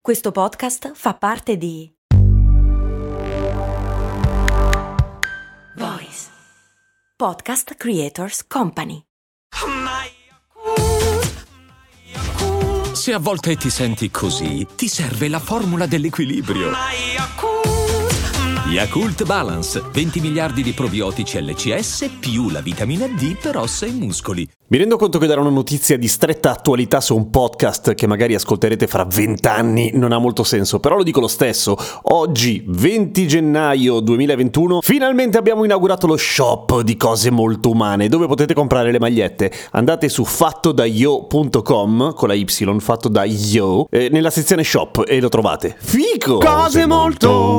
Questo podcast fa parte di Voice Podcast Creators Company. Se a volte ti senti così, ti serve la formula dell'equilibrio. Yakult Balance, 20 miliardi di probiotici LCS più la vitamina D per ossa e muscoli. Mi rendo conto che dare una notizia di stretta attualità su un podcast che magari ascolterete fra 20 anni non ha molto senso, però lo dico lo stesso. Oggi, 20 gennaio 2021, finalmente abbiamo inaugurato lo shop di cose molto umane, dove potete comprare le magliette. Andate su fattodaio.com, con la Y, fatto da Yo, nella sezione shop e lo trovate. Fico! Cose molto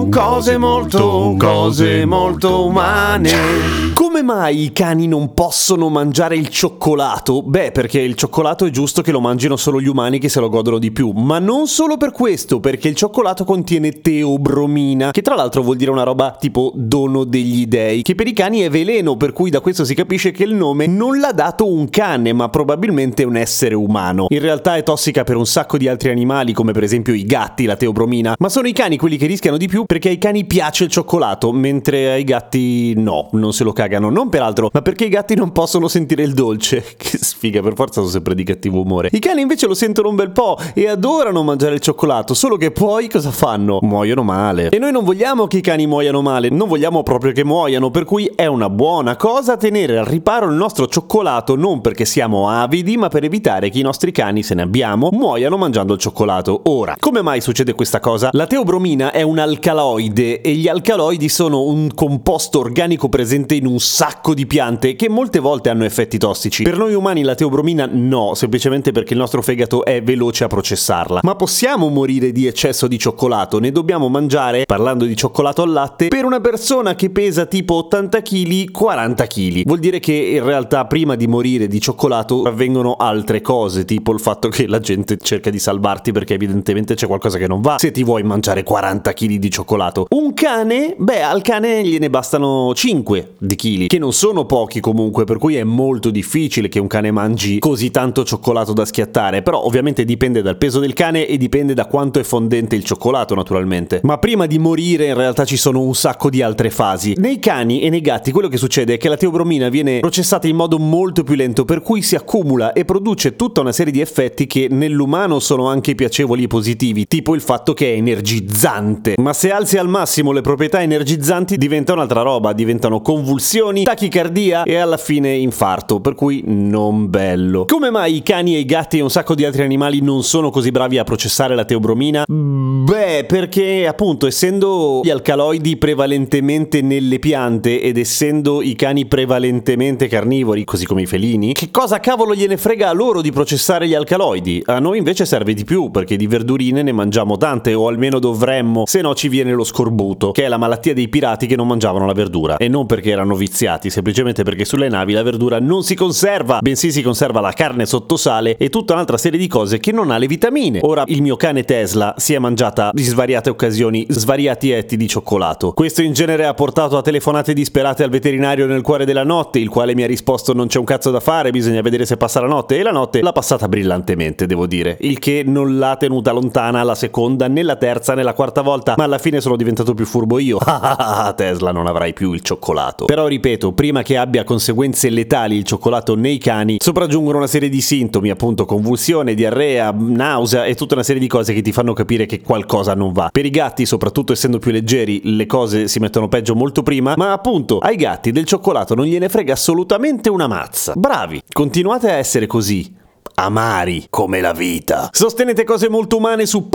umane. Come mai i cani non possono mangiare il cioccolato? Beh, perché il cioccolato è giusto che lo mangino solo gli umani che se lo godono di più, ma non solo per questo, perché il cioccolato contiene teobromina, che tra l'altro vuol dire una roba tipo dono degli dei, che per i cani è veleno, per cui da questo si capisce che il nome non l'ha dato un cane, ma probabilmente un essere umano. In realtà è tossica per un sacco di altri animali, come per esempio i gatti, la teobromina, ma sono i cani quelli che rischiano di più perché ai cani piace il cioccolato, mentre ai gatti no, non se lo cagano, non per altro, ma perché i gatti non possono sentire il dolce. Che sfiga, per forza sono sempre di cattivo umore. I cani invece lo sentono un bel po' e adorano mangiare il cioccolato, solo che poi cosa fanno? Muoiono male. E noi non vogliamo che i cani muoiano male, non vogliamo proprio che muoiano, per cui è una buona cosa tenere al riparo il nostro cioccolato, non perché siamo avidi, ma per evitare che i nostri cani, se ne abbiamo, muoiano mangiando il cioccolato. Ora, come mai succede questa cosa? La teobromina è un alcaloide e gli alcaloidi sono un composto organico presente in un sacco di piante che molte volte hanno effetti tossici. Per noi umani la teobromina no, semplicemente perché il nostro fegato è veloce a processarla. Ma possiamo morire di eccesso di cioccolato? Ne dobbiamo mangiare, parlando di cioccolato al latte, per una persona che pesa tipo 80 kg, 40 kg. Vuol dire che in realtà prima di morire di cioccolato avvengono altre cose, tipo il fatto che la gente cerca di salvarti perché evidentemente c'è qualcosa che non va se ti vuoi mangiare 40 kg di cioccolato. Un cane? Beh, al cane gliene bastano 5 di chili, che non sono pochi comunque, per cui è molto difficile che un cane mangi così tanto cioccolato da schiattare, però ovviamente dipende dal peso del cane e dipende da quanto è fondente il cioccolato, naturalmente. Ma prima di morire in realtà ci sono un sacco di altre fasi. Nei cani e nei gatti quello che succede è che la teobromina viene processata in modo molto più lento, per cui si accumula e produce tutta una serie di effetti che nell'umano sono anche piacevoli e positivi, tipo il fatto che è energizzante. Ma se alzi al massimo le proprietà energizzanti diventa un'altra roba, diventano convulsioni, tachicardia e alla fine infarto, per cui non bello. Come mai i cani e i gatti e un sacco di altri animali non sono così bravi a processare la teobromina? Beh, perché appunto essendo gli alcaloidi prevalentemente nelle piante ed essendo i cani prevalentemente carnivori, così come i felini, che cosa cavolo gliene frega a loro di processare gli alcaloidi? A noi invece serve di più, perché di verdurine ne mangiamo tante, o almeno dovremmo, se no ci viene lo scorbuto, che è la malattia dei pirati che non mangiavano la verdura, e non perché erano viziati, semplicemente perché sulle navi la verdura non si conserva, bensì si conserva la carne sotto sale e tutta un'altra serie di cose che non ha le vitamine. Ora, il mio cane Tesla si è mangiata in svariate occasioni svariati etti di cioccolato. Questo in genere ha portato a telefonate disperate al veterinario nel cuore della notte, il quale mi ha risposto: non c'è un cazzo da fare, bisogna vedere se passa la notte, e la notte l'ha passata brillantemente, devo dire, il che non l'ha tenuta lontana la seconda, né la terza, né la quarta volta, ma alla fine sono diventato più furbo io. Tesla, non avrai più il cioccolato. Però ripeto, prima che abbia conseguenze letali il cioccolato nei cani, sopraggiungono una serie di sintomi, appunto convulsione, diarrea, nausea e tutta una serie di cose che ti fanno capire che qualcosa non va. Per i gatti, soprattutto essendo più leggeri, le cose si mettono peggio molto prima, ma appunto ai gatti del cioccolato non gliene frega assolutamente una mazza. Bravi, continuate a essere così amari come la vita. Sostenete Cose Molto Umane su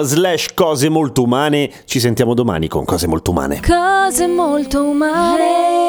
patreon.com/cose molto umane. Ci sentiamo domani con Cose Molto Umane. Cose molto umane.